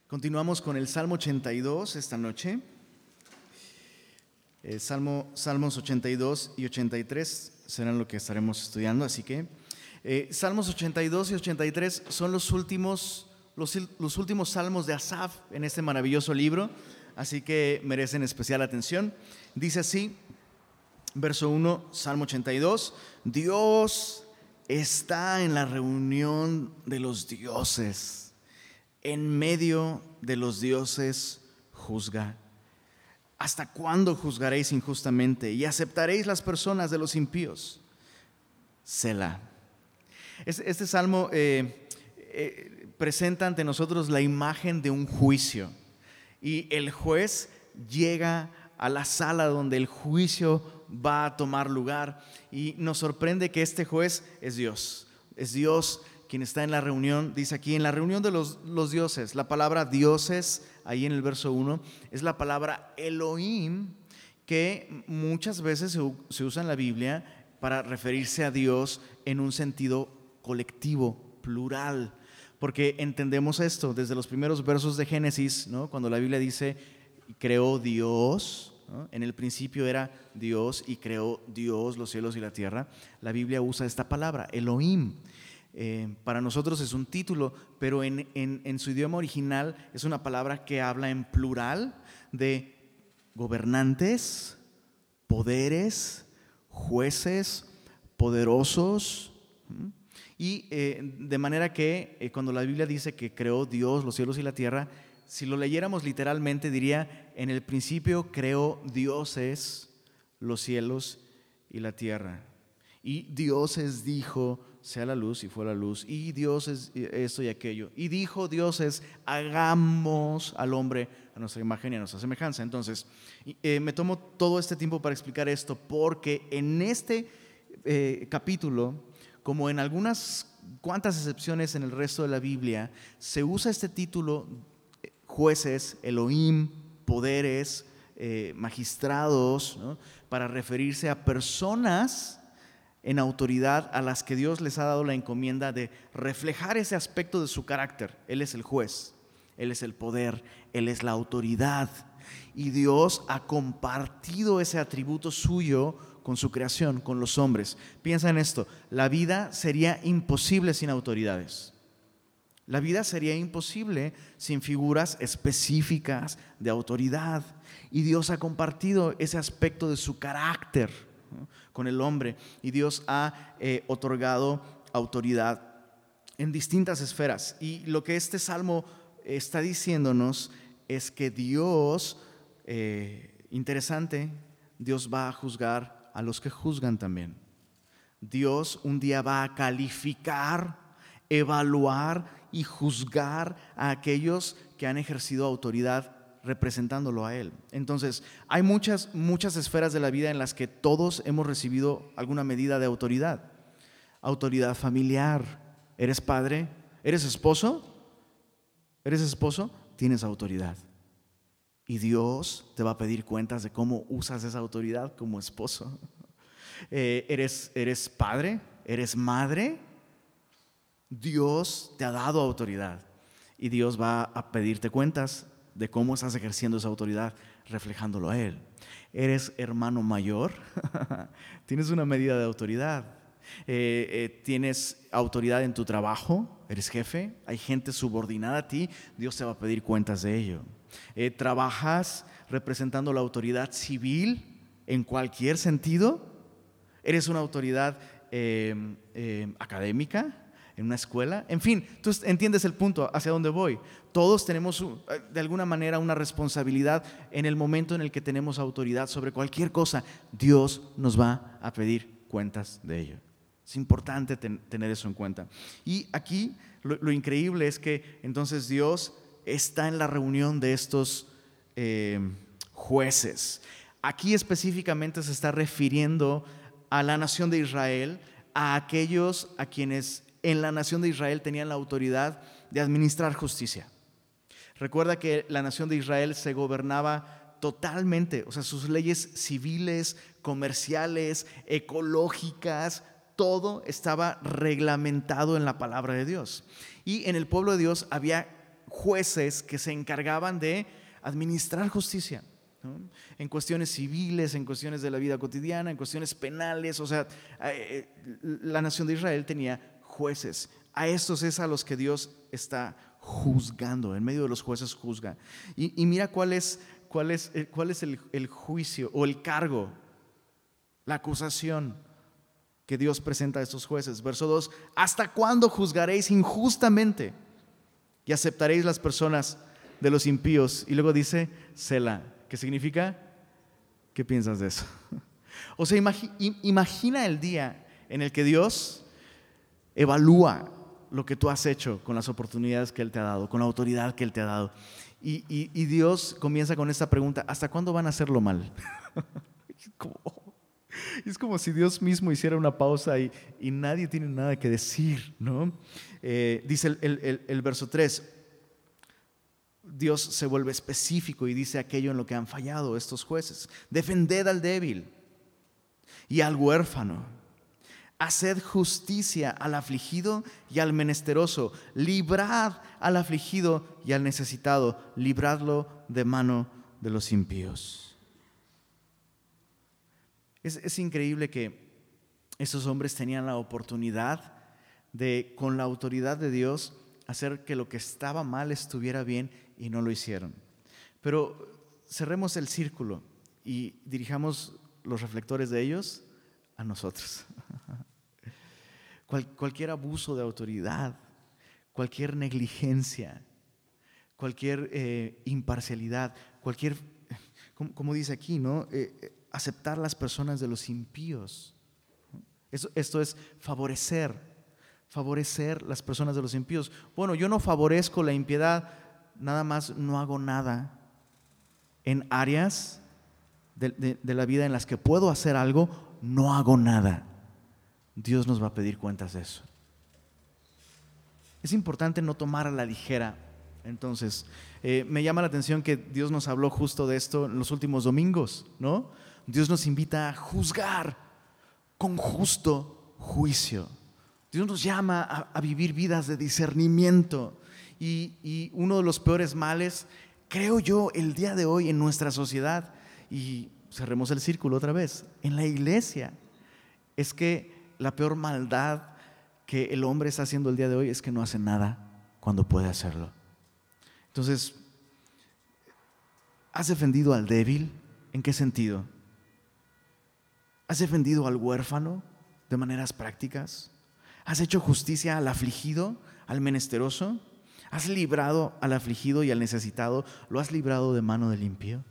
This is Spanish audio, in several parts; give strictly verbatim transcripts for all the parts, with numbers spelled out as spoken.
Continuamos con el Salmo ochenta y dos esta noche. El Salmo, Salmos ochenta y dos y ochenta y tres serán lo que estaremos estudiando, así que eh, Salmos ochenta y dos y ochenta y tres son los últimos, los, los últimos salmos de Asaf en este maravilloso libro, así que merecen especial atención. Dice así, verso uno, Salmo ochenta y dos: Dios está en la reunión de los dioses. En medio de los dioses juzga. ¿Hasta cuándo juzgaréis injustamente y aceptaréis las personas de los impíos? Selah. Este, este salmo eh, eh, presenta ante nosotros la imagen de un juicio. Y el juez llega a la sala donde el juicio va a tomar lugar. Y nos sorprende que este juez es Dios. Es Dios quien está en la reunión, dice aquí, en la reunión de los, los dioses. La palabra dioses, ahí en el verso uno, es la palabra Elohim, que muchas veces se, se usa en la Biblia para referirse a Dios en un sentido colectivo, plural. Porque entendemos esto desde los primeros versos de Génesis, ¿no? Cuando la Biblia dice, creó Dios, ¿no? En el principio era Dios y creó Dios los cielos y la tierra. La Biblia usa esta palabra, Elohim. Eh, para nosotros es un título, pero en, en, en su idioma original es una palabra que habla en plural de gobernantes, poderes, jueces, poderosos. Y eh, de manera que eh, cuando la Biblia dice que creó Dios los cielos y la tierra, si lo leyéramos literalmente diría, en el principio creó dioses los cielos y la tierra. Y dioses dijo, sea la luz, y fue la luz, y Dios es esto y aquello, y dijo Dios es, hagamos al hombre a nuestra imagen y a nuestra semejanza. Entonces, eh, me tomo todo este tiempo para explicar esto, porque en este eh, capítulo, como en algunas cuantas excepciones en el resto de la Biblia, se usa este título, jueces, Elohim, poderes, eh, magistrados, ¿no? Para referirse a personas en autoridad a las que Dios les ha dado la encomienda de reflejar ese aspecto de su carácter. Él es el juez, Él es el poder, Él es la autoridad. Y Dios ha compartido ese atributo suyo con su creación, con los hombres. Piensa en esto, la vida sería imposible sin autoridades. La vida sería imposible sin figuras específicas de autoridad. Y Dios ha compartido ese aspecto de su carácter, ¿no? Con el hombre, y Dios ha eh, otorgado autoridad en distintas esferas. Y lo que este salmo está diciéndonos es que Dios, eh, interesante, Dios va a juzgar a los que juzgan también. Dios un día va a calificar, evaluar y juzgar a aquellos que han ejercido autoridad representándolo a Él. Entonces, hay muchas, muchas esferas de la vida en las que todos hemos recibido alguna medida de autoridad. Autoridad familiar. ¿Eres padre? ¿Eres esposo? ¿Eres esposo? Tienes autoridad. Y Dios te va a pedir cuentas de cómo usas esa autoridad como esposo. Eh, ¿eres, ¿Eres padre? ¿Eres madre? Dios te ha dado autoridad. Y Dios va a pedirte cuentas de cómo estás ejerciendo esa autoridad, reflejándolo a Él. ¿Eres hermano mayor? Tienes una medida de autoridad. Eh, eh, ¿Tienes autoridad en tu trabajo? ¿Eres jefe? ¿Hay gente subordinada a ti? Dios te va a pedir cuentas de ello. Eh, ¿Trabajas representando la autoridad civil en cualquier sentido? ¿Eres una autoridad eh, eh, académica? ¿En una escuela? En fin, tú entiendes el punto hacia dónde voy. Todos tenemos de alguna manera una responsabilidad en el momento en el que tenemos autoridad sobre cualquier cosa. Dios nos va a pedir cuentas de ello. Es importante ten, tener eso en cuenta. Y aquí lo, lo increíble es que entonces Dios está en la reunión de estos eh, jueces. Aquí específicamente se está refiriendo a la nación de Israel, a aquellos a quienes en la nación de Israel tenían la autoridad de administrar justicia. Recuerda que la nación de Israel se gobernaba totalmente, o sea, sus leyes civiles, comerciales, ecológicas, todo estaba reglamentado en la palabra de Dios. Y en el pueblo de Dios había jueces que se encargaban de administrar justicia, ¿no? En cuestiones civiles, en cuestiones de la vida cotidiana, en cuestiones penales. O sea, la nación de Israel tenía jueces. A estos es a los que Dios está juzgando. En medio de los jueces juzga. Y, y mira cuál es, cuál es, cuál es el, el juicio o el cargo, la acusación que Dios presenta a estos jueces. Verso dos: ¿hasta cuándo juzgaréis injustamente y aceptaréis las personas de los impíos? Y luego dice Selah. ¿Qué significa? ¿Qué piensas de eso? O sea, imagi- imagina el día en el que Dios evalúa lo que tú has hecho con las oportunidades que Él te ha dado, con la autoridad que Él te ha dado. Y, y, y Dios comienza con esta pregunta: ¿hasta cuándo van a hacerlo mal? Es como, es como si Dios mismo hiciera una pausa y, y nadie tiene nada que decir, ¿no? Eh, dice el, el, el, el verso tres. Dios se vuelve específico y dice aquello en lo que han fallado estos jueces: defended al débil y al huérfano, haced justicia al afligido y al menesteroso, librad al afligido y al necesitado, libradlo de mano de los impíos. Es, es increíble que esos hombres tenían la oportunidad de, con la autoridad de Dios, hacer que lo que estaba mal estuviera bien, y no lo hicieron. Pero cerremos el círculo y dirijamos los reflectores de ellos a nosotros. Cual, cualquier abuso de autoridad, cualquier negligencia, cualquier eh, imparcialidad, cualquier, como, como dice aquí, ¿no? Eh, aceptar las personas de los impíos. Esto, esto es favorecer, favorecer las personas de los impíos. Bueno, yo no favorezco la impiedad, nada más no hago nada en áreas de, de, de la vida en las que puedo hacer algo, no hago nada. Dios nos va a pedir cuentas de eso. Es importante no tomar a la ligera. Entonces, eh, me llama la atención que Dios nos habló justo de esto en los últimos domingos, ¿no? Dios nos invita a juzgar con justo juicio. Dios nos llama a, a vivir vidas de discernimiento. Y, y uno de los peores males, creo yo, el día de hoy en nuestra sociedad, y cerremos el círculo otra vez, en la iglesia, es que la peor maldad que el hombre está haciendo el día de hoy es que no hace nada cuando puede hacerlo. Entonces, ¿has defendido al débil? ¿En qué sentido? ¿Has defendido al huérfano de maneras prácticas? ¿Has hecho justicia al afligido, al menesteroso? ¿Has librado al afligido y al necesitado? ¿Lo has librado de mano del impío?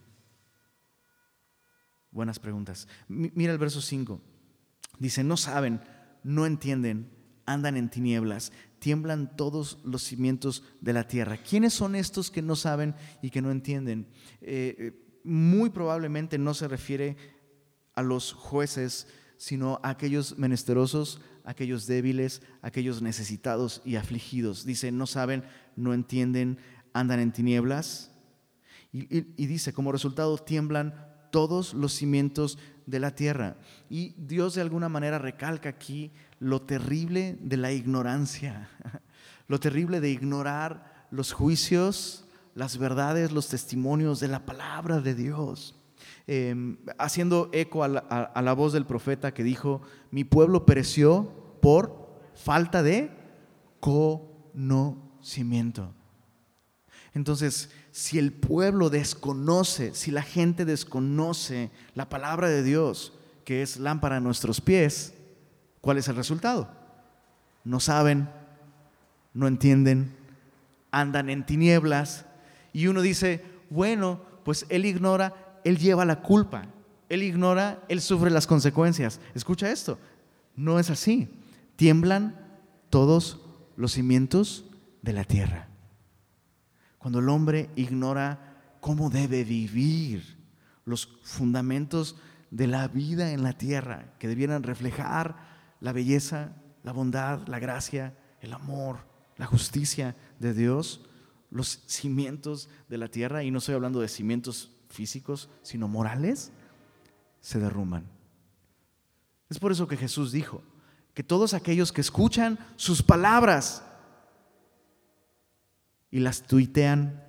Buenas preguntas. Mira el verso cinco. Dice: no saben, no entienden, andan en tinieblas, tiemblan todos los cimientos de la tierra. ¿Quiénes son estos que no saben y que no entienden? Eh, muy probablemente no se refiere a los jueces, sino a aquellos menesterosos, aquellos débiles, aquellos necesitados y afligidos. Dice: no saben, no entienden, andan en tinieblas. Y, y, y dice, como resultado, tiemblan todos los cimientos de la tierra. Y Dios de alguna manera recalca aquí lo terrible de la ignorancia, lo terrible de ignorar los juicios, las verdades, los testimonios de la palabra de Dios. Eh, haciendo eco a la, a, a la voz del profeta que dijo: mi pueblo pereció por falta de conocimiento. Entonces, si el pueblo desconoce, si la gente desconoce la palabra de Dios, que es lámpara a nuestros pies, ¿cuál es el resultado? No saben, no entienden, andan en tinieblas. Y uno dice: bueno, pues él ignora, él lleva la culpa, él ignora, él sufre las consecuencias. Escucha esto, no es así. Tiemblan todos los cimientos de la tierra. Cuando el hombre ignora cómo debe vivir, los fundamentos de la vida en la tierra, que debieran reflejar la belleza, la bondad, la gracia, el amor, la justicia de Dios, los cimientos de la tierra, y no estoy hablando de cimientos físicos, sino morales, se derrumban. Es por eso que Jesús dijo que todos aquellos que escuchan sus palabras y las tuitean,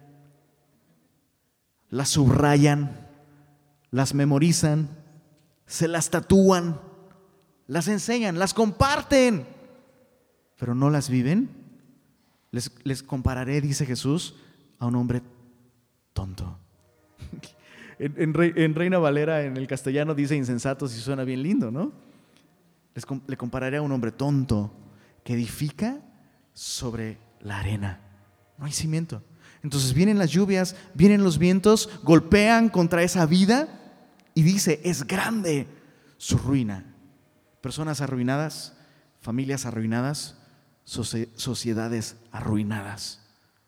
las subrayan, las memorizan, se las tatúan, las enseñan, las comparten, pero no las viven, les, les compararé, dice Jesús, a un hombre tonto. En, en, en Reina Valera, en el castellano, dice insensatos y suena bien lindo, ¿no? Les, le compararé a un hombre tonto que edifica sobre la arena. No hay cimiento. Entonces vienen las lluvias, vienen los vientos, golpean contra esa vida y dice, es grande su ruina. Personas arruinadas, familias arruinadas, sociedades arruinadas.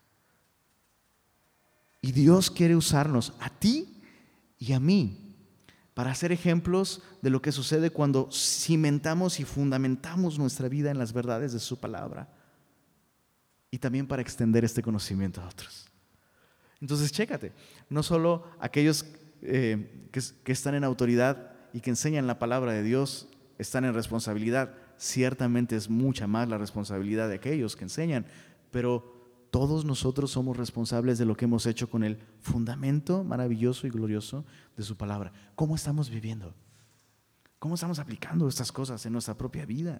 Y Dios quiere usarnos a ti y a mí para ser ejemplos de lo que sucede cuando cimentamos y fundamentamos nuestra vida en las verdades de su palabra, y también para extender este conocimiento a otros. Entonces, chécate, no solo aquellos eh, que, que están en autoridad y que enseñan la palabra de Dios están en responsabilidad, ciertamente es mucha más la responsabilidad de aquellos que enseñan, pero todos nosotros somos responsables de lo que hemos hecho con el fundamento maravilloso y glorioso de su palabra. ¿Cómo estamos viviendo? ¿Cómo estamos aplicando estas cosas en nuestra propia vida?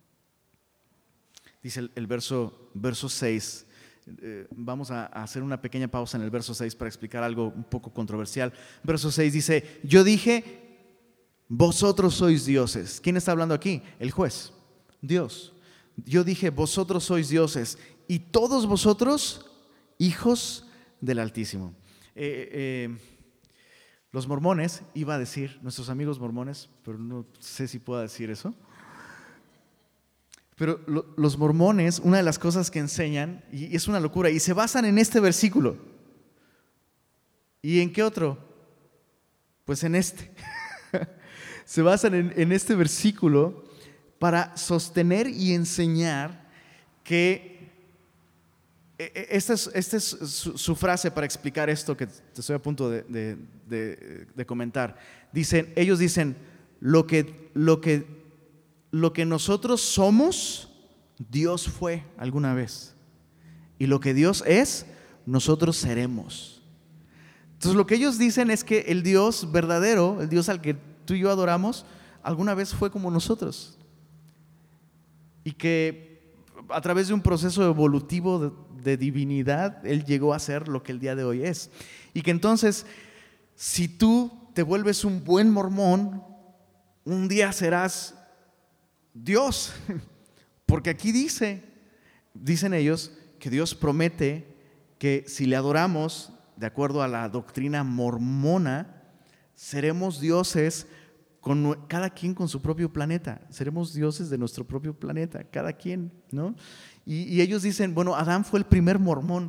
Dice el, el verso, verso seis. Eh, vamos a, a hacer una pequeña pausa en el verso seis para explicar algo un poco controversial. Verso seis dice, yo dije, vosotros sois dioses. ¿Quién está hablando aquí? El juez, Dios. Yo dije, vosotros sois dioses y todos vosotros hijos del Altísimo. Eh, eh, los mormones, iba a decir, nuestros amigos mormones, pero no sé si puedo decir eso. Pero lo, los mormones, una de las cosas que enseñan, y es una locura, y se basan en este versículo. ¿Y en qué otro? Pues en este. Se basan en, en este versículo para sostener y enseñar que esta es, esta es su, su frase para explicar esto que te estoy a punto de, de, de, de comentar. Dicen, ellos dicen, lo que, lo, que, lo que nosotros somos, Dios fue alguna vez. Y lo que Dios es, nosotros seremos. Entonces lo que ellos dicen es que el Dios verdadero, el Dios al que tú y yo adoramos, alguna vez fue como nosotros. Y que a través de un proceso evolutivo de, de divinidad, Él llegó a ser lo que el día de hoy es. Y que entonces, si tú te vuelves un buen mormón, un día serás Dios. Porque aquí dice, dicen ellos, que Dios promete que si le adoramos, de acuerdo a la doctrina mormona, seremos dioses con cada quien con su propio planeta. Seremos dioses de nuestro propio planeta, cada quien, ¿no? Y, y ellos dicen, bueno, Adán fue el primer mormón.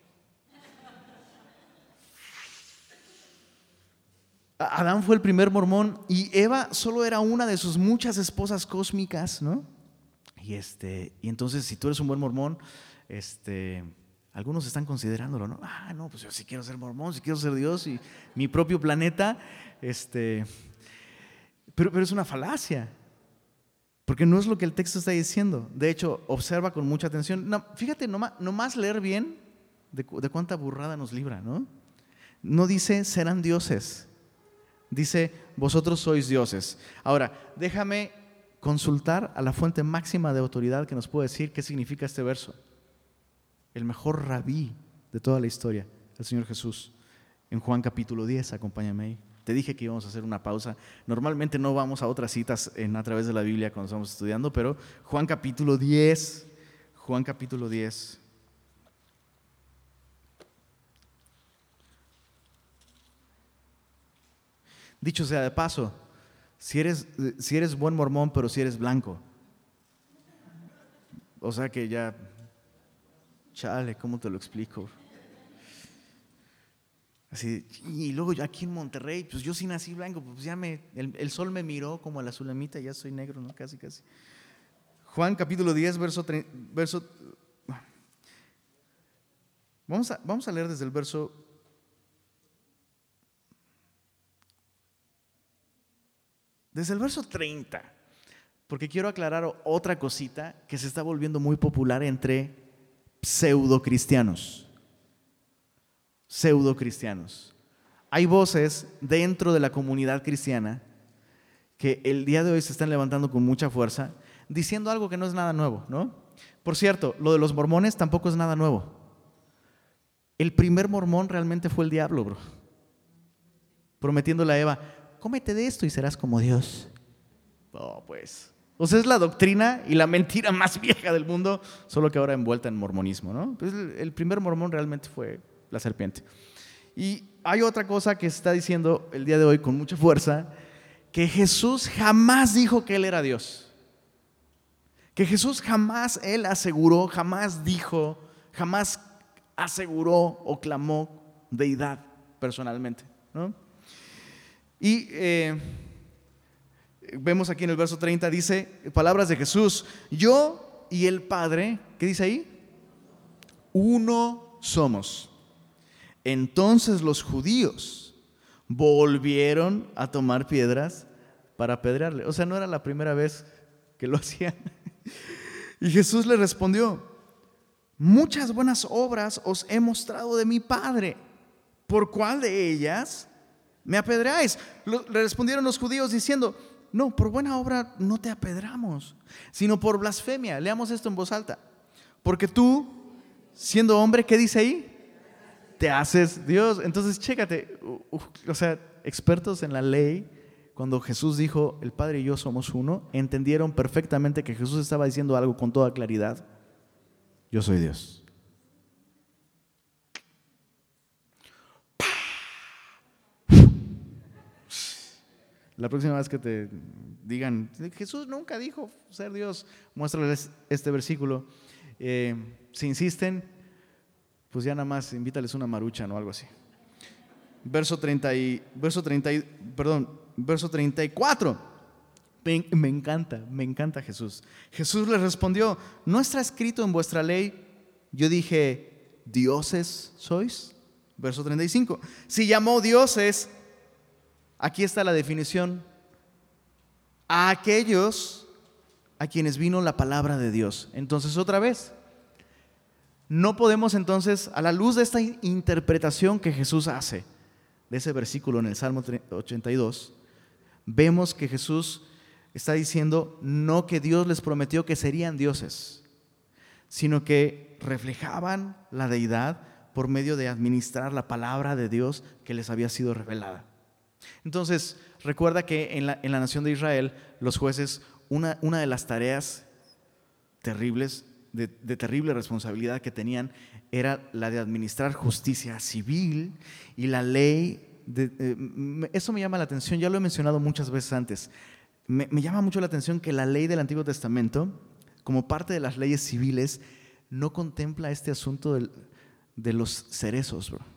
Adán fue el primer mormón y Eva solo era una de sus muchas esposas cósmicas, ¿no? Y, este, y entonces, si tú eres un buen mormón, este, algunos están considerándolo, ¿no? Ah, no, pues yo sí quiero ser mormón, sí quiero ser Dios y mi propio planeta, este... Pero, pero es una falacia, porque no es lo que el texto está diciendo. De hecho, observa con mucha atención. No, fíjate, nomás, nomás leer bien de, de cuánta burrada nos libra, ¿no? No dice serán dioses, dice vosotros sois dioses. Ahora, déjame consultar a la fuente máxima de autoridad que nos puede decir qué significa este verso. El mejor rabí de toda la historia, el Señor Jesús. En Juan capítulo diez, acompáñame ahí. Te dije que íbamos a hacer una pausa. Normalmente no vamos a otras citas en, a través de la Biblia cuando estamos estudiando, pero Juan capítulo diez, Juan capítulo diez. Dicho sea de paso, si eres, si eres buen mormón, pero si eres blanco, o sea que ya, chale, ¿cómo te lo explico? Así, y luego yo aquí en Monterrey, pues yo sí nací blanco, pues ya me, el, el sol me miró como a la Sulamita, ya soy negro, ¿no? Casi, casi. Juan capítulo diez, verso, verso vamos a, vamos a leer desde el verso desde el verso treinta, porque quiero aclarar otra cosita que se está volviendo muy popular entre pseudo cristianos. pseudo cristianos. Hay voces dentro de la comunidad cristiana que el día de hoy se están levantando con mucha fuerza, diciendo algo que no es nada nuevo, ¿no? Por cierto, lo de los mormones tampoco es nada nuevo. El primer mormón realmente fue el diablo, bro. Prometiéndole a Eva, cómete de esto y serás como Dios. Oh, pues. O sea, es la doctrina y la mentira más vieja del mundo, solo que ahora envuelta en mormonismo, ¿no? Pues el primer mormón realmente fue la serpiente. Y hay otra cosa que se está diciendo el día de hoy con mucha fuerza, que Jesús jamás dijo que Él era Dios. Que Jesús jamás Él aseguró, jamás dijo, jamás aseguró o clamó deidad personalmente, ¿no? Y eh, vemos aquí en el verso treinta, dice, palabras de Jesús, yo y el Padre, ¿qué dice ahí? Uno somos. Entonces los judíos volvieron a tomar piedras para apedrearle. O sea, no era la primera vez que lo hacían. Y Jesús le respondió, muchas buenas obras os he mostrado de mi Padre. ¿Por cuál de ellas me apedreáis? Le respondieron los judíos diciendo, no, por buena obra no te apedramos, sino por blasfemia. Leamos esto en voz alta. Porque tú, siendo hombre, ¿qué dice ahí? Te haces Dios. Entonces, chécate, uh, o sea, expertos en la ley, cuando Jesús dijo, el Padre y yo somos uno, entendieron perfectamente que Jesús estaba diciendo algo con toda claridad. Yo soy Dios. La próxima vez que te digan, Jesús nunca dijo ser Dios, muéstrales este versículo. Eh, si insisten, pues ya nada más invítales una maruchan o algo así. Verso treinta y, verso treinta y, perdón, verso treinta y cuatro. Me, me encanta, me encanta Jesús. Jesús les respondió, ¿no está escrito en vuestra ley? Yo dije, ¿dioses sois? Verso treinta y cinco. Si llamó dioses, aquí está la definición, a aquellos a quienes vino la palabra de Dios. Entonces, otra vez, no podemos entonces, a la luz de esta interpretación que Jesús hace de ese versículo en el Salmo ochenta y dos, vemos que Jesús está diciendo no que Dios les prometió que serían dioses, sino que reflejaban la deidad por medio de administrar la palabra de Dios que les había sido revelada. Entonces, recuerda que en la, en la nación de Israel, los jueces, una, una de las tareas terribles, de, de terrible responsabilidad que tenían, era la de administrar justicia civil y la ley. De, eh, eso me llama la atención, ya lo he mencionado muchas veces antes. Me, me llama mucho la atención que la ley del Antiguo Testamento, como parte de las leyes civiles, no contempla este asunto del, de los cerezos, bro.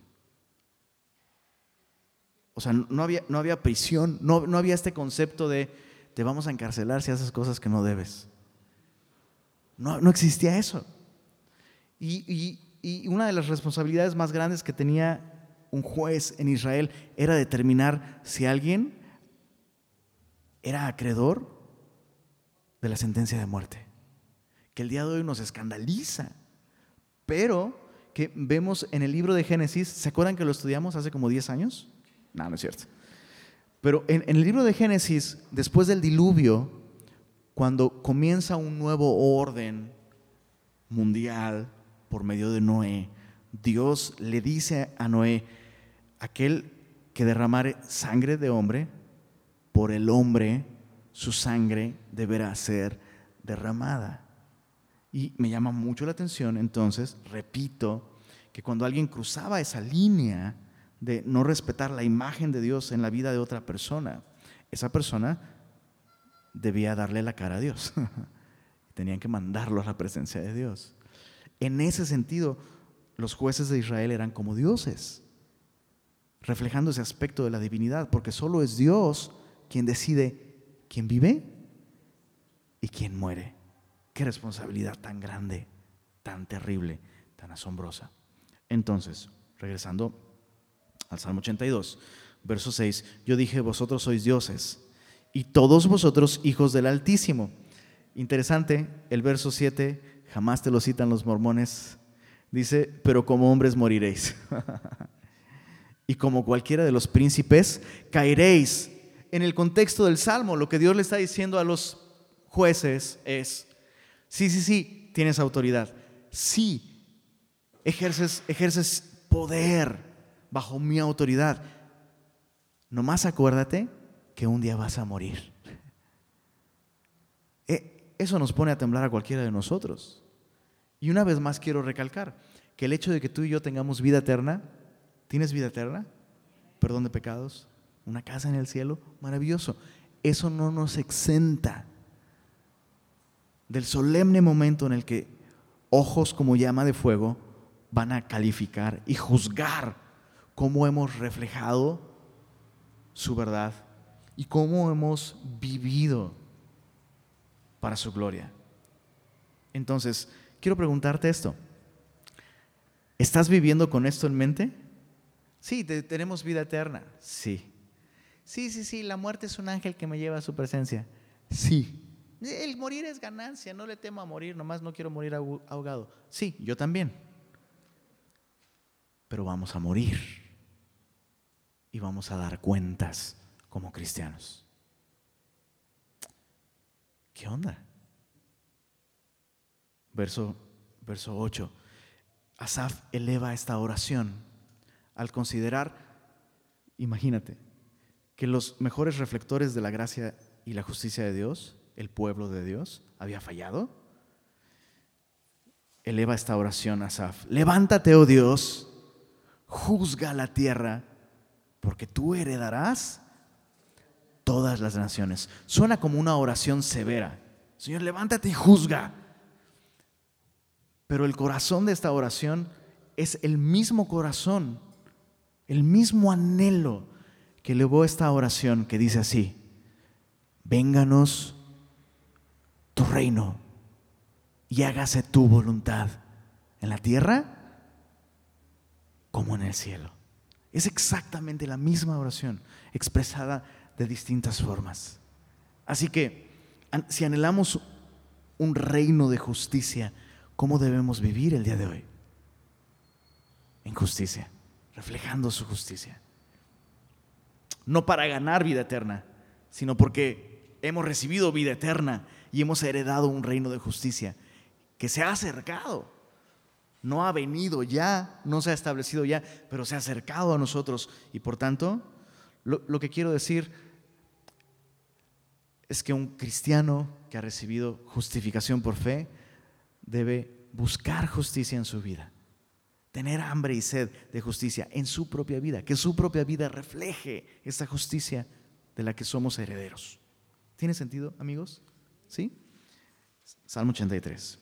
O sea, no había, no había prisión, no, no había este concepto de te vamos a encarcelar si haces cosas que no debes. No, no existía eso. Y, y, y una de las responsabilidades más grandes que tenía un juez en Israel era determinar si alguien era acreedor de la sentencia de muerte, que el día de hoy nos escandaliza, pero que vemos en el libro de Génesis. ¿Se acuerdan que lo estudiamos hace como diez años? No, no es cierto. Pero en, en el libro de Génesis, después del diluvio, cuando comienza un nuevo orden mundial por medio de Noé, Dios le dice a Noé, aquel que derramare sangre de hombre, por el hombre su sangre deberá ser derramada. Y me llama mucho la atención, entonces, repito, que cuando alguien cruzaba esa línea de no respetar la imagen de Dios en la vida de otra persona, esa persona debía darle la cara a Dios. Tenían que mandarlo a la presencia de Dios. En ese sentido, los jueces de Israel eran como dioses, reflejando ese aspecto de la divinidad, porque solo es Dios quien decide quién vive y quién muere. Qué responsabilidad tan grande, tan terrible, tan asombrosa. Entonces, regresando al Salmo ochenta y dos, verso seis, yo dije, vosotros sois dioses y todos vosotros hijos del Altísimo. Interesante, el verso siete, jamás te lo citan los mormones, dice, pero como hombres moriréis. y como cualquiera de los príncipes, caeréis. En el contexto del Salmo, lo que Dios le está diciendo a los jueces es, sí, sí, sí, tienes autoridad. Sí, ejerces, ejerces poder bajo mi autoridad. Nomás acuérdate que un día vas a morir. Eso nos pone a temblar a cualquiera de nosotros. Y una vez más quiero recalcar que el hecho de que tú y yo tengamos vida eterna, ¿tienes vida eterna? Perdón de pecados, una casa en el cielo, maravilloso. Eso no nos exenta del solemne momento en el que ojos como llama de fuego van a calificar y juzgar cómo hemos reflejado su verdad y cómo hemos vivido para su gloria. Entonces, quiero preguntarte esto. ¿Estás viviendo con esto en mente? Sí, te, tenemos vida eterna. Sí. Sí, sí, sí, la muerte es un ángel que me lleva a su presencia. Sí. El morir es ganancia, no le temo a morir, nomás no quiero morir ahogado. Sí, yo también. Pero vamos a morir y vamos a dar cuentas como cristianos. ¿Qué onda? Verso, verso ocho. Asaf eleva esta oración al considerar, imagínate, que los mejores reflectores de la gracia y la justicia de Dios, el pueblo de Dios, había fallado. Eleva esta oración a Asaf. Levántate, oh Dios, juzga la tierra, porque tú heredarás todas las naciones. Suena como una oración severa. Señor, levántate y juzga. Pero el corazón de esta oración es el mismo corazón, el mismo anhelo que elevó esta oración que dice así: vénganos tu reino y hágase tu voluntad en la tierra como en el cielo. Es exactamente la misma oración expresada de distintas formas. Así que si anhelamos un reino de justicia, ¿cómo debemos vivir el día de hoy? En justicia, reflejando su justicia. No para ganar vida eterna, sino porque hemos recibido vida eterna y hemos heredado un reino de justicia que se ha acercado. No ha venido ya, no se ha establecido ya, pero se ha acercado a nosotros. Y por tanto, lo, lo que quiero decir es que un cristiano que ha recibido justificación por fe debe buscar justicia en su vida, tener hambre y sed de justicia en su propia vida, que su propia vida refleje esa justicia de la que somos herederos. ¿Tiene sentido, amigos? ¿Sí? Salmo ochenta y tres.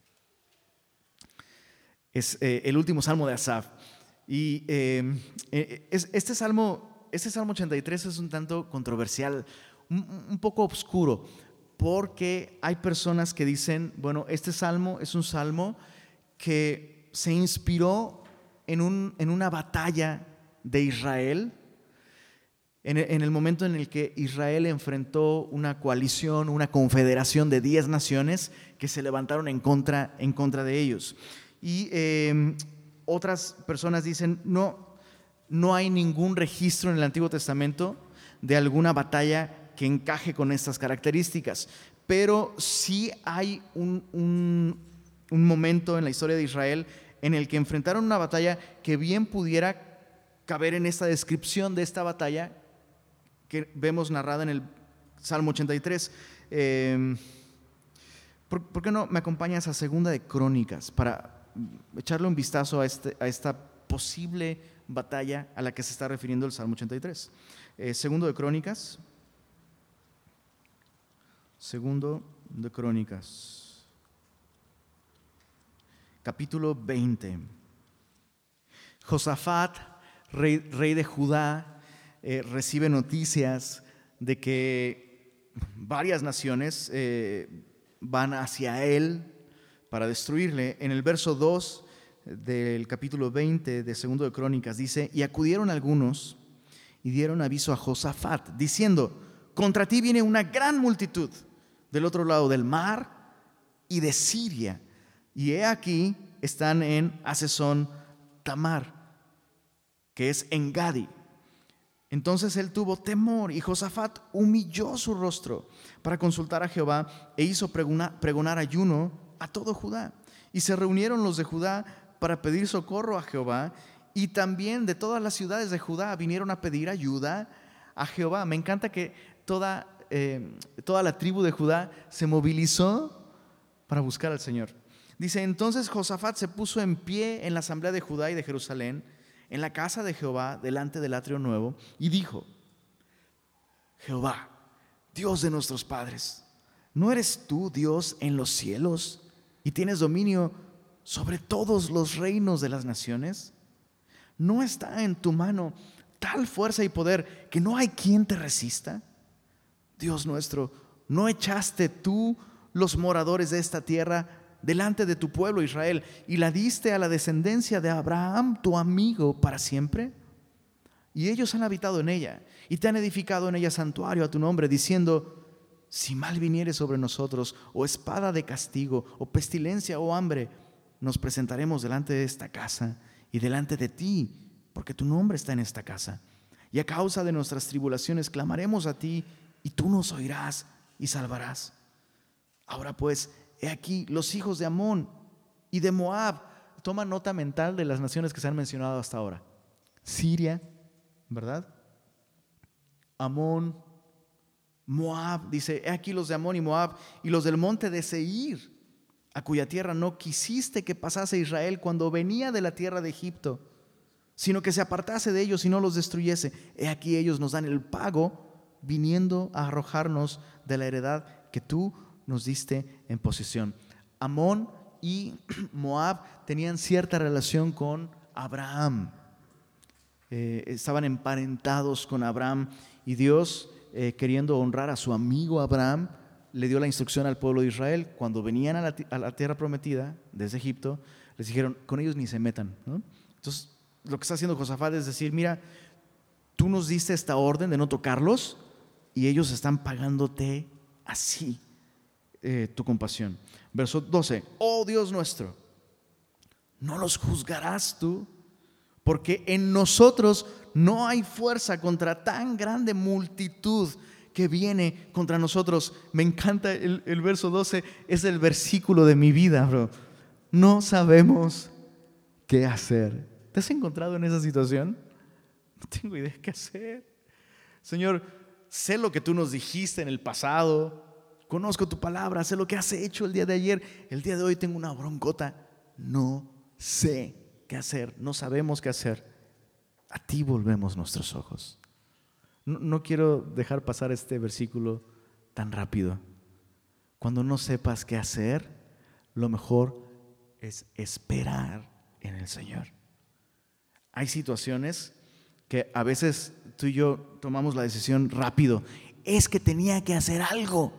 Es eh, el último salmo de Asaf. Y eh, eh, es, este, salmo, este salmo ochenta y tres es un tanto controversial, un, un poco oscuro, porque hay personas que dicen, bueno, este salmo es un salmo que se inspiró en, un, en una batalla de Israel, en el, en el momento en el que Israel enfrentó una coalición, una confederación de diez naciones que se levantaron en contra, en contra de ellos. Y eh, otras personas dicen, no, no hay ningún registro en el Antiguo Testamento de alguna batalla que encaje con estas características, pero sí hay un, un, un momento en la historia de Israel en el que enfrentaron una batalla que bien pudiera caber en esta descripción de esta batalla que vemos narrada en el Salmo ochenta y tres. Eh, ¿por, ¿Por qué no me acompañas a Segunda de Crónicas para echarle un vistazo a, este, a esta posible batalla a la que se está refiriendo el Salmo ochenta y tres? Eh, segundo de Crónicas. Segundo de Crónicas. Capítulo veinte. Josafat, rey, rey de Judá, eh, recibe noticias de que varias naciones eh, van hacia él para destruirle. En el verso dos del capítulo veinte de Segundo de Crónicas dice: y acudieron algunos y dieron aviso a Josafat, diciendo: contra ti viene una gran multitud del otro lado del mar y de Siria, y he aquí están en Hazezón Tamar. que es Engadi. Entonces él tuvo temor y Josafat humilló su rostro para consultar a Jehová e hizo pregonar, pregonar ayuno a todo Judá. Y se reunieron los de Judá para pedir socorro a Jehová, y también de todas las ciudades de Judá vinieron a pedir ayuda a Jehová. Me encanta que toda, eh, toda la tribu de Judá se movilizó para buscar al Señor. Dice, entonces Josafat se puso en pie en la asamblea de Judá y de Jerusalén, en la casa de Jehová, delante del atrio nuevo, y dijo: Jehová, Dios de nuestros padres, ¿no eres tú Dios en los cielos y tienes dominio sobre todos los reinos de las naciones? ¿No está en tu mano tal fuerza y poder que no hay quien te resista? Dios nuestro, ¿no echaste tú los moradores de esta tierra delante de tu pueblo Israel y la diste a la descendencia de Abraham, tu amigo, para siempre? Y ellos han habitado en ella y te han edificado en ella santuario a tu nombre, diciendo: si mal viniere sobre nosotros, o espada de castigo, o pestilencia, o hambre, nos presentaremos delante de esta casa y delante de ti, porque tu nombre está en esta casa. Y a causa de nuestras tribulaciones clamaremos a ti, y tú nos oirás y salvarás. Ahora pues, he aquí los hijos de Amón y de Moab. Toma nota mental de las naciones que se han mencionado hasta ahora. Siria, ¿verdad? Amón, Moab. Dice, he aquí los de Amón y Moab y los del monte de Seir, a cuya tierra no quisiste que pasase Israel cuando venía de la tierra de Egipto, sino que se apartase de ellos y no los destruyese. He aquí ellos nos dan el pago, viniendo a arrojarnos de la heredad que tú nos diste en posesión. Amón y Moab tenían cierta relación con Abraham. Eh, estaban emparentados con Abraham, y Dios, eh, queriendo honrar a su amigo Abraham, le dio la instrucción al pueblo de Israel. Cuando venían a la, a la tierra prometida desde Egipto, les dijeron: con ellos ni se metan, ¿no? Entonces, lo que está haciendo Josafat es decir: mira, tú nos diste esta orden de no tocarlos, y ellos están pagándote así eh, tu compasión. Verso doce: oh Dios nuestro, ¿no los juzgarás tú? Porque en nosotros no hay fuerza contra tan grande multitud que viene contra nosotros. Me encanta el, el verso doce, es el versículo de mi vida, bro. No sabemos qué hacer. ¿Te has encontrado en esa situación? No tengo idea qué hacer. Señor, sé lo que tú nos dijiste en el pasado, conozco tu palabra, sé lo que has hecho el día de ayer, el día de hoy tengo una broncota, no sé qué hacer, no sabemos qué hacer. A ti volvemos nuestros ojos. No, no quiero dejar pasar este versículo tan rápido. Cuando no sepas qué hacer, lo mejor es esperar en el Señor. Hay situaciones que a veces tú y yo tomamos la decisión rápido. Es que tenía que hacer algo.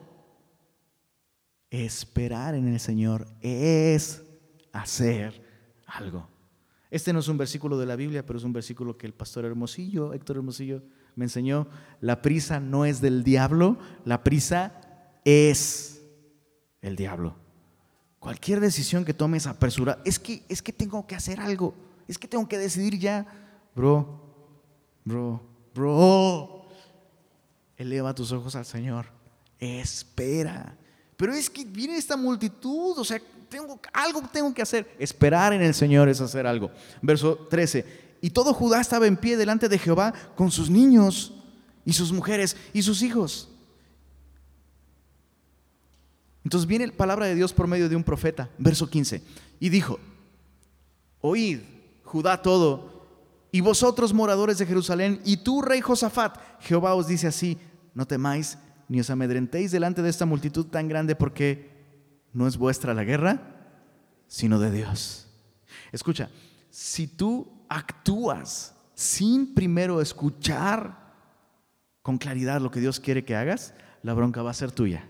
Esperar en el Señor es hacer algo. Este no es un versículo de la Biblia, pero es un versículo que el pastor Hermosillo, Héctor Hermosillo, me enseñó. La prisa no es del diablo, la prisa es el diablo. Cualquier decisión que tomes apresurada, es que, es que tengo que hacer algo, es que tengo que decidir ya. Bro, bro, bro, eleva tus ojos al Señor, espera. Pero es que viene esta multitud, o sea, tengo, algo tengo que hacer. Esperar en el Señor es hacer algo. Verso trece: y todo Judá estaba en pie delante de Jehová con sus niños y sus mujeres y sus hijos. Entonces viene la palabra de Dios por medio de un profeta. Verso quince: y dijo: oíd, Judá todo, y vosotros moradores de Jerusalén, y tú, rey Josafat, Jehová os dice así: no temáis ni os amedrentéis delante de esta multitud tan grande, porque no es vuestra la guerra, sino de Dios. Escucha, si tú actúas sin primero escuchar con claridad lo que Dios quiere que hagas, la bronca va a ser tuya.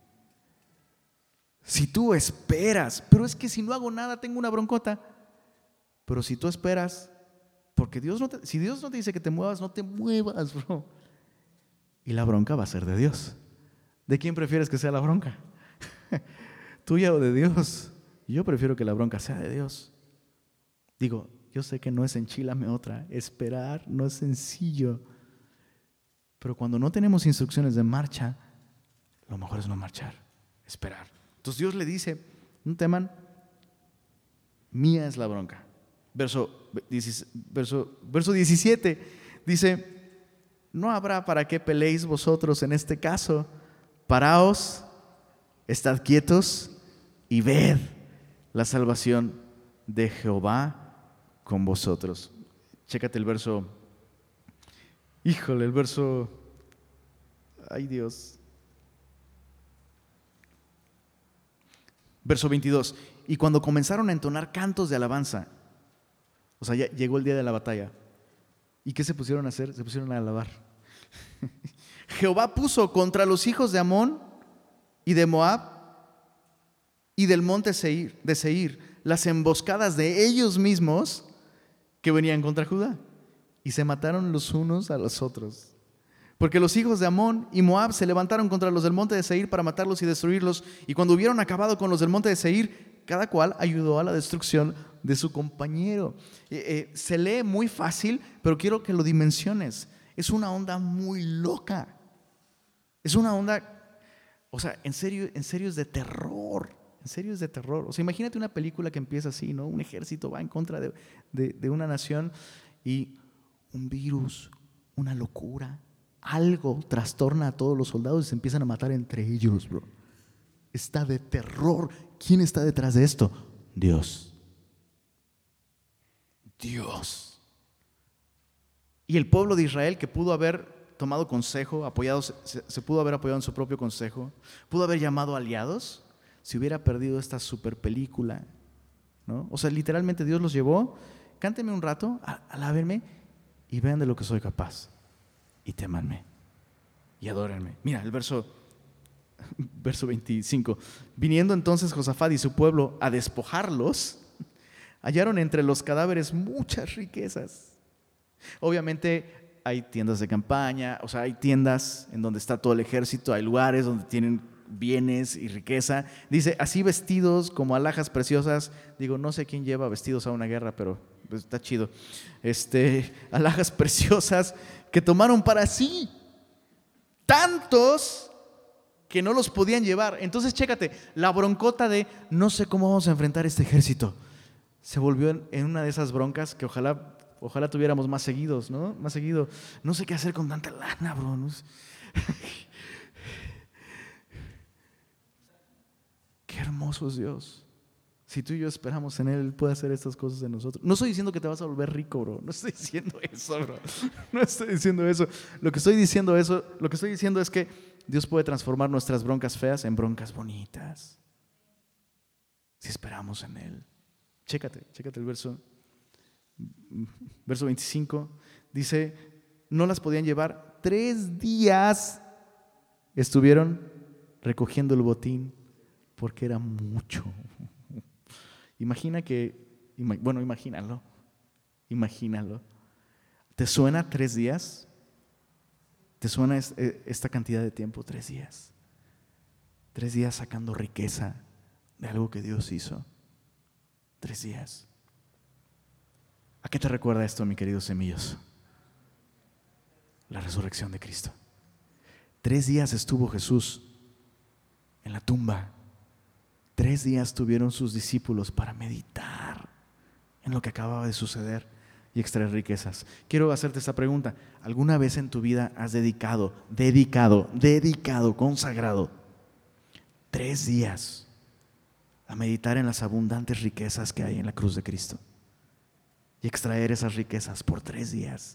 Si tú esperas, pero es que si no hago nada tengo una broncota. Pero si tú esperas, porque Dios no te, si Dios no te dice que te muevas, no te muevas, bro. Y la bronca va a ser de Dios. ¿De quién prefieres que sea la bronca? ¿Tuya o de Dios? Yo prefiero que la bronca sea de Dios. Digo, Yo sé que no es enchilame otra. Esperar no es sencillo. Pero cuando no tenemos instrucciones de marcha, lo mejor es no marchar, esperar. Entonces Dios le dice, no teman, mía es la bronca. Verso, verso, verso diecisiete dice, no habrá para qué peleéis vosotros en este caso. Paraos, estad quietos y ved la salvación de Jehová con vosotros. Chécate el verso, híjole, el verso, ay Dios. Verso veintidós, y cuando comenzaron a entonar cantos de alabanza, o sea, ya llegó el día de la batalla. ¿Y qué se pusieron a hacer? Se pusieron a alabar. Jehová puso contra los hijos de Amón y de Moab y del monte Seir, de Seir las emboscadas de ellos mismos que venían contra Judá, y se mataron los unos a los otros. Porque los hijos de Amón y Moab se levantaron contra los del monte de Seir para matarlos y destruirlos, y cuando hubieron acabado con los del monte de Seir, cada cual ayudó a la destrucción de su compañero. Eh, eh, se lee muy fácil, pero quiero que lo dimensiones. Es una onda muy loca. Es una onda, o sea, en serio, en serio es de terror. En serio es de terror. O sea, imagínate una película que empieza así, ¿no? Un ejército va en contra de, de, de una nación y un virus, una locura, algo trastorna a todos los soldados y se empiezan a matar entre ellos, bro. Está de terror. ¿Quién está detrás de esto? Dios. Dios. Y el pueblo de Israel, que pudo haber tomado consejo, apoyado, se, se pudo haber apoyado en su propio consejo, pudo haber llamado aliados, si hubiera perdido esta super película, ¿no? O sea, literalmente Dios los llevó, cántenme un rato, alábenme y vean de lo que soy capaz. Y témanme y adórenme. Mira el verso, verso veinticinco. Viniendo entonces Josafat y su pueblo a despojarlos, hallaron entre los cadáveres muchas riquezas. Obviamente hay tiendas de campaña, o sea, hay tiendas en donde está todo el ejército, hay lugares donde tienen bienes y riqueza. Dice, así vestidos como alhajas preciosas. Digo, no sé quién lleva vestidos a una guerra, pero pues, está chido. Este, alhajas preciosas que tomaron para sí, tantos que no los podían llevar. Entonces, chécate, la broncota de no sé cómo vamos a enfrentar este ejército se volvió en, en una de esas broncas que ojalá, ojalá tuviéramos más seguidos, ¿no? Más seguido. No sé qué hacer con tanta lana, bro. No sé. Qué hermoso es Dios. Si tú y yo esperamos en Él, Él puede hacer estas cosas en nosotros. No estoy diciendo que te vas a volver rico, bro. No estoy diciendo eso, bro. No estoy diciendo eso. Lo que estoy diciendo eso, lo que estoy diciendo es que Dios puede transformar nuestras broncas feas en broncas bonitas. Si esperamos en Él. Chécate, chécate el verso. Verso veinticinco. Dice, no las podían llevar. Tres días estuvieron recogiendo el botín porque era mucho. Imagina que, bueno, imagínalo, imagínalo. ¿Te suena tres días? ¿Te suena esta cantidad de tiempo? Tres días. Tres días sacando riqueza de algo que Dios hizo. Tres días. ¿A qué te recuerda esto, mi querido Semillos? La resurrección de Cristo. Tres días estuvo Jesús en la tumba. Tres días tuvieron sus discípulos para meditar en lo que acababa de suceder y extraer riquezas. Quiero hacerte esta pregunta. ¿Alguna vez en tu vida has dedicado, dedicado, dedicado, consagrado tres días a meditar en las abundantes riquezas que hay en la cruz de Cristo y extraer esas riquezas por tres días?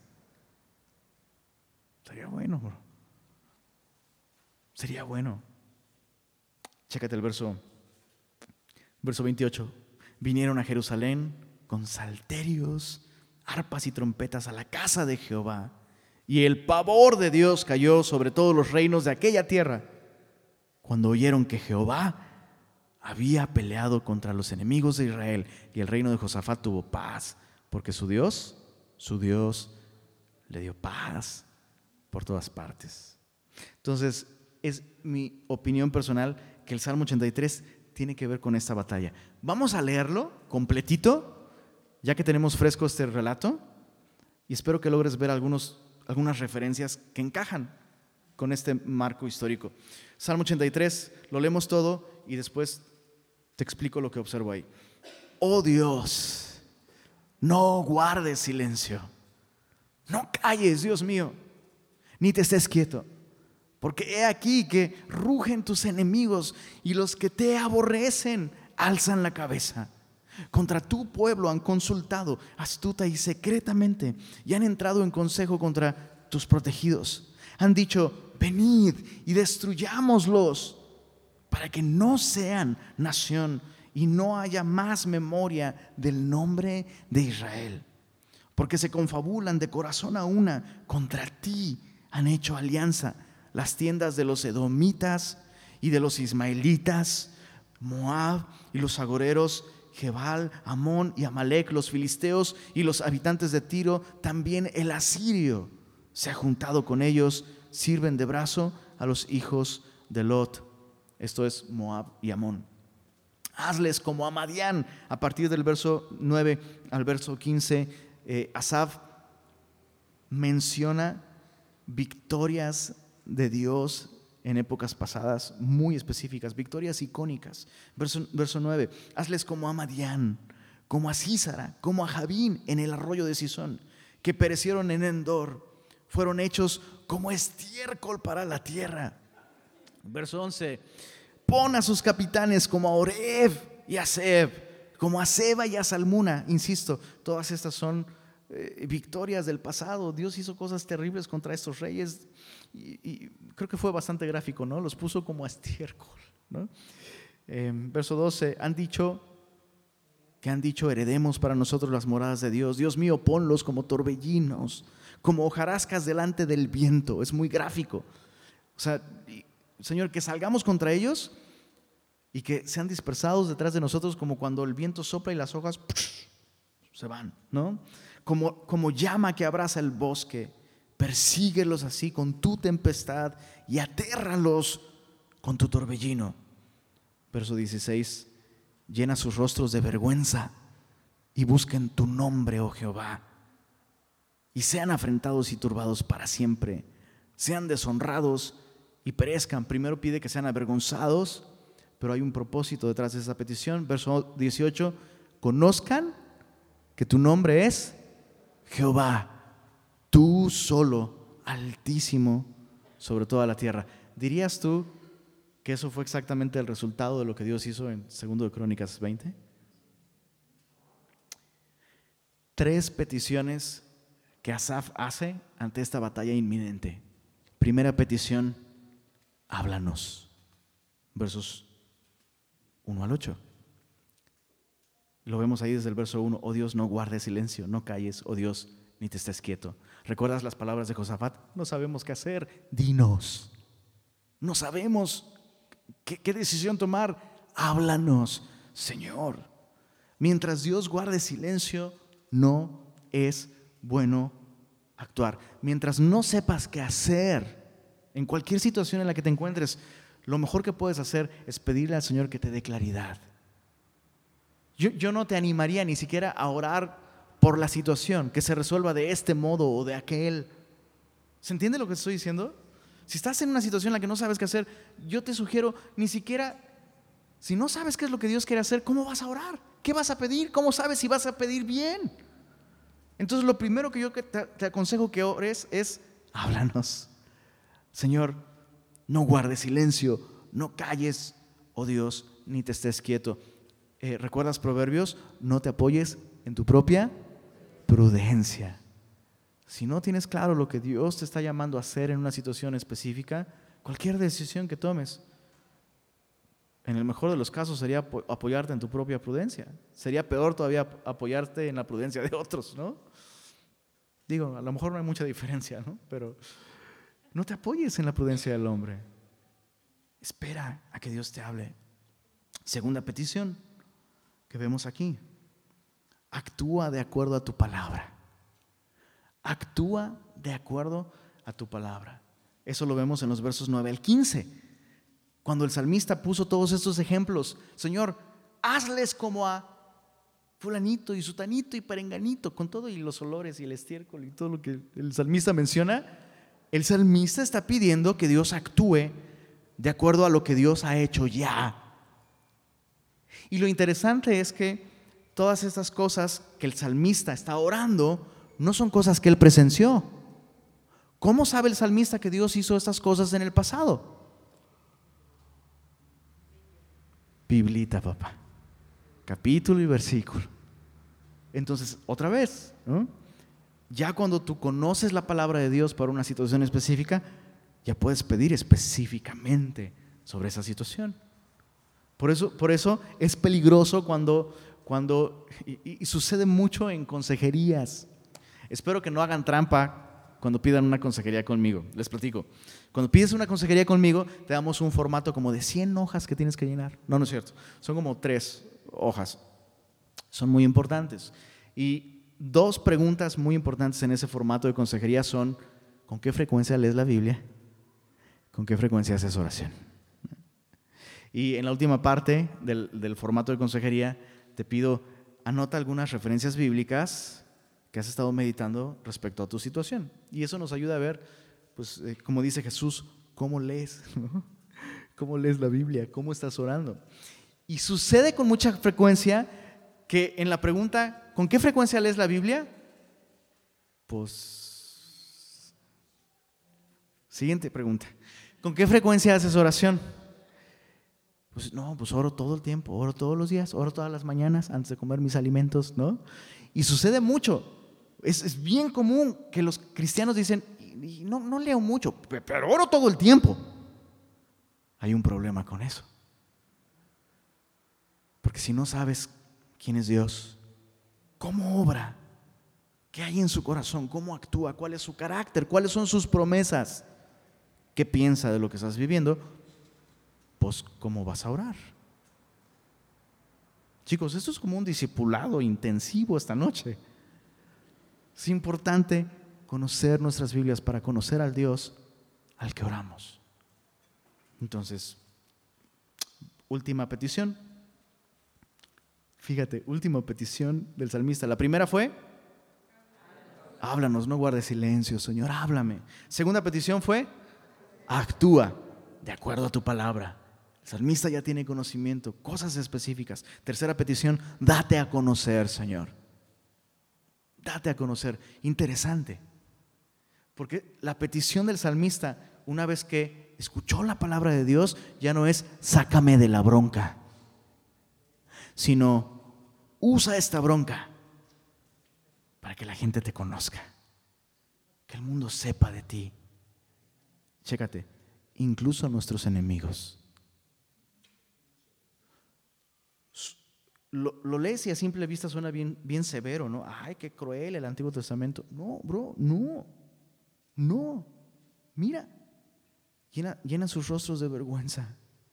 Sería bueno, bro. Sería bueno. Chécate el verso Verso veintiocho. Vinieron a Jerusalén con salterios, arpas y trompetas a la casa de Jehová, y el pavor de Dios cayó sobre todos los reinos de aquella tierra cuando oyeron que Jehová había peleado contra los enemigos de Israel, y el reino de Josafat tuvo paz, porque su Dios, su Dios le dio paz por todas partes. Entonces, es mi opinión personal que el Salmo ochenta y tres tiene que ver con esta batalla. Vamos a leerlo completito ya que tenemos fresco este relato, y espero que logres ver algunos, algunas referencias que encajan con este marco histórico. Salmo ochenta y tres, lo leemos todo y después te explico lo que observo ahí. Oh Dios, no guardes silencio, no calles, Dios mío, ni te estés quieto, porque he aquí que rugen tus enemigos y los que te aborrecen alzan la cabeza. Contra tu pueblo han consultado astuta y secretamente y han entrado en consejo contra tus protegidos. Han dicho: venid y destruyámoslos, para que no sean nación y no haya más memoria del nombre de Israel. Porque se confabulan de corazón a una, contra ti han hecho alianza las tiendas de los edomitas y de los ismaelitas, Moab y los agoreros, Gebal, Amón y Amalec, los filisteos y los habitantes de Tiro. También el asirio se ha juntado con ellos, sirven de brazo a los hijos de Lot. Esto es Moab y Amón. Hazles como a Madián. A partir del verso nueve al verso quince, eh, Asaf menciona victorias de Dios en épocas pasadas muy específicas, victorias icónicas. Verso, verso nueve, hazles como a Madián, como a Sísara, como a Jabín en el arroyo de Sisón, que perecieron en Endor, fueron hechos como estiércol para la tierra. Verso once, pon a sus capitanes como a Oreb y a Seb, como a Seba y a Salmuna. Insisto, todas estas son eh, victorias del pasado. Dios hizo cosas terribles contra estos reyes y, y creo que fue bastante gráfico, ¿no? Los puso como a estiércol, ¿no? Eh, verso doce, han dicho que han dicho: heredemos para nosotros las moradas de Dios. Dios mío, ponlos como torbellinos, como hojarascas delante del viento. Es muy gráfico. O sea, Señor, que salgamos contra ellos y que sean dispersados detrás de nosotros, como cuando el viento sopla y las hojas se van, ¿no? Como, como llama que abraza el bosque. Persíguelos así con tu tempestad y atérralos con tu torbellino. Verso dieciséis, llena sus rostros de vergüenza y busquen tu nombre, oh Jehová, y sean afrentados y turbados para siempre, sean deshonrados y perezcan. Primero pide que sean avergonzados, pero hay un propósito detrás de esa petición. Verso dieciocho, conozcan que tu nombre es Jehová, tú solo, altísimo sobre toda la tierra. ¿Dirías tú que eso fue exactamente el resultado de lo que Dios hizo en segundo de Crónicas veinte? Tres peticiones que Asaf hace ante esta batalla inminente. Primera petición: háblanos. Versos uno al ocho. Lo vemos ahí desde el verso uno. Oh Dios, no guardes silencio, no calles, oh Dios, ni te estés quieto. ¿Recuerdas las palabras de Josafat? No sabemos qué hacer, dinos. No sabemos qué, qué decisión tomar. Háblanos, Señor. Mientras Dios guarde silencio, no es bueno actuar. Mientras no sepas qué hacer, en cualquier situación en la que te encuentres, lo mejor que puedes hacer es pedirle al Señor que te dé claridad. Yo, yo no te animaría ni siquiera a orar por la situación, que se resuelva de este modo o de aquel. ¿Se entiende lo que estoy diciendo? Si estás en una situación en la que no sabes qué hacer, yo te sugiero ni siquiera, si no sabes qué es lo que Dios quiere hacer, ¿cómo vas a orar? ¿Qué vas a pedir? ¿Cómo sabes si vas a pedir bien? Entonces lo primero que yo te, te aconsejo que ores es: háblanos. Señor, no guardes silencio, no calles, oh Dios, ni te estés quieto. Eh, ¿Recuerdas Proverbios? No te apoyes en tu propia prudencia. Si no tienes claro lo que Dios te está llamando a hacer en una situación específica, cualquier decisión que tomes, en el mejor de los casos sería apoyarte en tu propia prudencia. Sería peor todavía apoyarte en la prudencia de otros, ¿no? Digo, a lo mejor no hay mucha diferencia, ¿no? Pero no te apoyes en la prudencia del hombre. Espera a que Dios te hable. Segunda petición que vemos aquí: actúa de acuerdo a tu palabra. Actúa de acuerdo a tu palabra. Eso lo vemos en los versos nueve al quince. Cuando el salmista puso todos estos ejemplos: Señor, hazles como a fulanito y sutanito y perenganito, con todo y los olores y el estiércol y todo lo que el salmista menciona. El salmista está pidiendo que Dios actúe de acuerdo a lo que Dios ha hecho ya. Y lo interesante es que todas estas cosas que el salmista está orando no son cosas que él presenció. ¿Cómo sabe el salmista que Dios hizo estas cosas en el pasado? Biblita, papá. Capítulo y versículo. Entonces, otra vez, ¿no? Ya cuando tú conoces la palabra de Dios para una situación específica, ya puedes pedir específicamente sobre esa situación. Por eso, por eso es peligroso cuando, cuando y, y sucede mucho en consejerías. Espero que no hagan trampa cuando pidan una consejería conmigo. Les platico. Cuando pides una consejería conmigo, te damos un formato como de cien hojas que tienes que llenar. No, no es cierto. Son como tres hojas. Son muy importantes. Y dos preguntas muy importantes en ese formato de consejería son: ¿con qué frecuencia lees la Biblia? ¿Con qué frecuencia haces oración? Y en la última parte del, del formato de consejería te pido, anota algunas referencias bíblicas que has estado meditando respecto a tu situación. Y eso nos ayuda a ver, pues, eh, como dice Jesús, cómo lees, ¿no? ¿Cómo lees la Biblia? ¿Cómo estás orando? Y sucede con mucha frecuencia que en la pregunta, ¿con qué frecuencia lees la Biblia? Pues, siguiente pregunta, ¿con qué frecuencia haces oración? Pues no, pues oro todo el tiempo, oro todos los días, oro todas las mañanas antes de comer mis alimentos, ¿no? Y sucede mucho. Es, es bien común que los cristianos dicen, no, no leo mucho, pero oro todo el tiempo. Hay un problema con eso. Porque si no sabes quién es Dios, cómo obra, qué hay en su corazón, cómo actúa, cuál es su carácter, cuáles son sus promesas, qué piensa de lo que estás viviendo, pues ¿cómo vas a orar? Chicos, esto es como un discipulado intensivo esta noche. Es importante conocer nuestras Biblias para conocer al Dios al que oramos. Entonces, última petición. Fíjate, última petición del salmista. La primera fue: háblanos, no guardes silencio, Señor, háblame. Segunda petición fue: actúa de acuerdo a tu palabra. El salmista ya tiene conocimiento, cosas específicas. Tercera petición: date a conocer, Señor. Date a conocer. Interesante. Porque la petición del salmista, una vez que escuchó la palabra de Dios, ya no es sácame de la bronca, sino usa esta bronca para que la gente te conozca, que el mundo sepa de ti. Chécate, incluso nuestros enemigos. Lo, lo lees y a simple vista suena bien, bien severo, ¿no? Ay, qué cruel el Antiguo Testamento. No, bro, no, no. Mira, llena, llena sus rostros de vergüenza.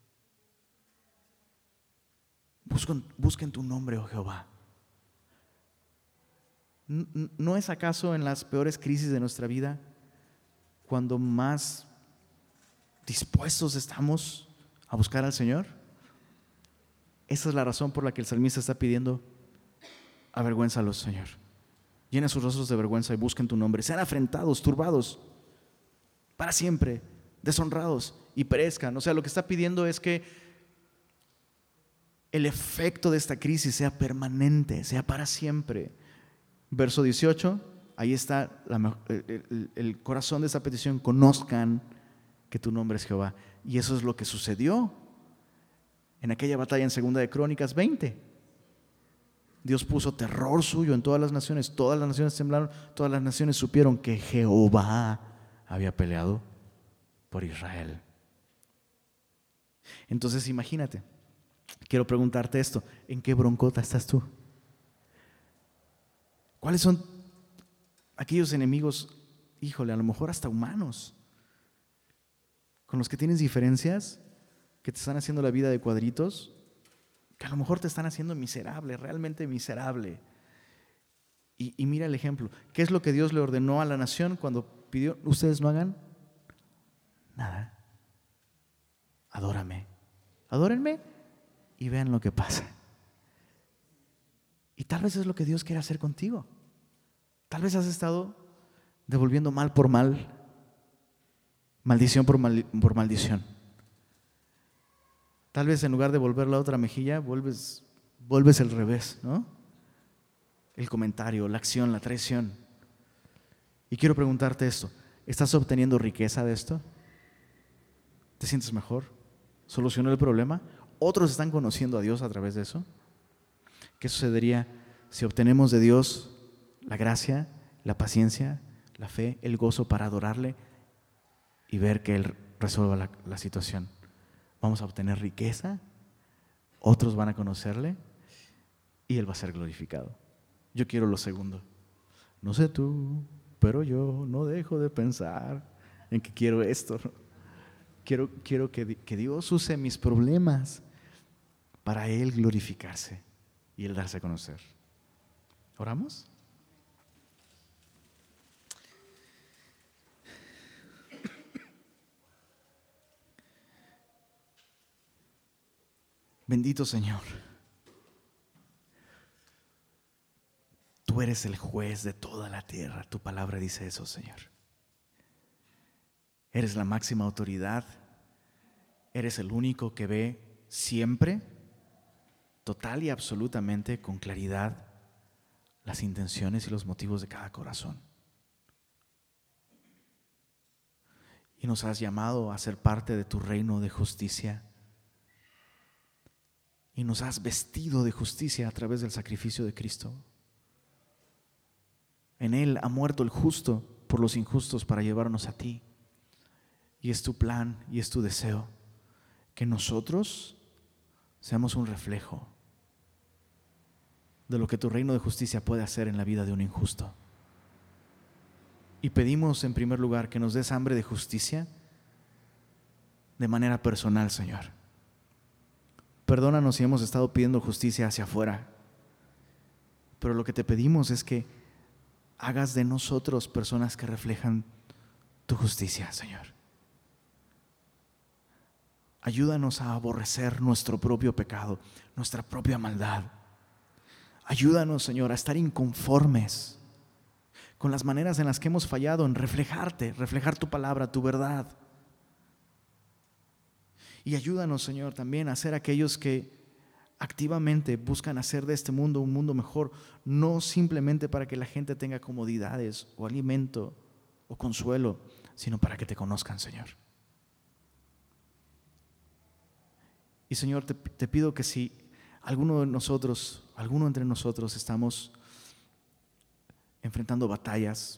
Busquen, busquen tu nombre, oh Jehová. ¿No es acaso en las peores crisis de nuestra vida cuando más dispuestos estamos a buscar al Señor? Esa es la razón por la que el salmista está pidiendo: avergüénzalos, Señor. Llena sus rostros de vergüenza y busquen tu nombre. Sean afrentados, turbados, para siempre, deshonrados y perezcan. O sea, lo que está pidiendo es que el efecto de esta crisis sea permanente, sea para siempre. Verso dieciocho, ahí está la, el, el corazón de esa petición: conozcan que tu nombre es Jehová. Y eso es lo que sucedió en aquella batalla en Segunda de Crónicas veinte. Dios puso terror suyo en todas las naciones, todas las naciones temblaron, todas las naciones supieron que Jehová había peleado por Israel. Entonces imagínate, quiero preguntarte esto: ¿en qué broncota estás tú? ¿Cuáles son aquellos enemigos, híjole, a lo mejor hasta humanos, con los que tienes diferencias, que te están haciendo la vida de cuadritos, que a lo mejor te están haciendo miserable, realmente miserable? Y, y mira el ejemplo. ¿Qué es lo que Dios le ordenó a la nación cuando pidió: ustedes no hagan nada? Adórame, adórenme y vean lo que pasa. Y tal vez es lo que Dios quiere hacer contigo. Tal vez has estado devolviendo mal por mal, maldición por, mal, por maldición. Tal vez en lugar de volver la otra mejilla, vuelves, vuelves el revés, ¿no? El comentario, la acción, la traición. Y quiero preguntarte esto: ¿estás obteniendo riqueza de esto? ¿Te sientes mejor? ¿Solucionó el problema? ¿Otros están conociendo a Dios a través de eso? ¿Qué sucedería si obtenemos de Dios la gracia, la paciencia, la fe, el gozo para adorarle y ver que Él resuelva la, la situación? Vamos a obtener riqueza, otros van a conocerle y Él va a ser glorificado. Yo quiero lo segundo. No sé tú, pero yo no dejo de pensar en que quiero esto. Quiero, quiero que, que Dios use mis problemas para Él glorificarse y Él darse a conocer. ¿Oramos? Bendito Señor, tú eres el juez de toda la tierra. Tu palabra dice eso, Señor. Eres la máxima autoridad. Eres el único que ve siempre, total y absolutamente, con claridad, las intenciones y los motivos de cada corazón. Y nos has llamado a ser parte de tu reino de justicia. Y nos has vestido de justicia a través del sacrificio de Cristo. En Él ha muerto el justo por los injustos para llevarnos a ti. Y es tu plan y es tu deseo que nosotros seamos un reflejo de lo que tu reino de justicia puede hacer en la vida de un injusto. Y pedimos en primer lugar que nos des hambre de justicia de manera personal, Señor. Perdónanos si hemos estado pidiendo justicia hacia afuera, pero lo que te pedimos es que hagas de nosotros personas que reflejan tu justicia, Señor. Ayúdanos a aborrecer nuestro propio pecado, nuestra propia maldad. Ayúdanos, Señor, a estar inconformes con las maneras en las que hemos fallado en reflejarte, reflejar tu palabra, tu verdad. Y ayúdanos, Señor, también a ser aquellos que activamente buscan hacer de este mundo un mundo mejor, no simplemente para que la gente tenga comodidades o alimento o consuelo, sino para que te conozcan, Señor. Y Señor, te, te pido que si alguno de nosotros, alguno entre nosotros estamos enfrentando batallas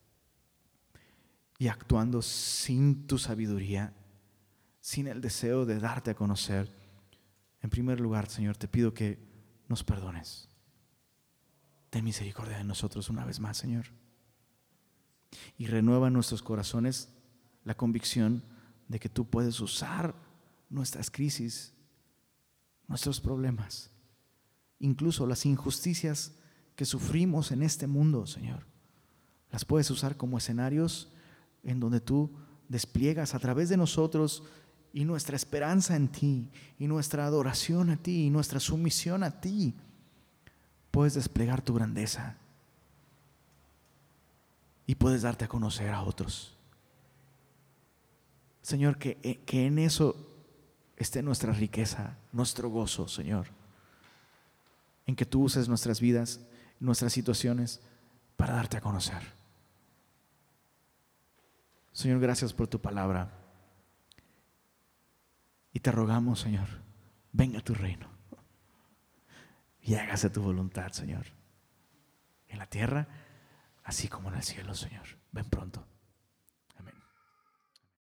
y actuando sin tu sabiduría, sin el deseo de darte a conocer, en primer lugar, Señor, te pido que nos perdones. Ten misericordia de nosotros una vez más, Señor. Y renueva en nuestros corazones la convicción de que tú puedes usar nuestras crisis, nuestros problemas, incluso las injusticias que sufrimos en este mundo, Señor. Las puedes usar como escenarios en donde tú despliegas a través de nosotros y nuestra esperanza en ti, y nuestra adoración a ti, y nuestra sumisión a ti. Puedes desplegar tu grandeza y puedes darte a conocer a otros. Señor, que, que en eso esté nuestra riqueza, nuestro gozo, Señor. En que tú uses nuestras vidas, nuestras situaciones para darte a conocer. Señor, gracias por tu palabra. Y te rogamos, Señor, venga a tu reino y hágase tu voluntad, Señor, en la tierra así como en el cielo, Señor. Ven pronto.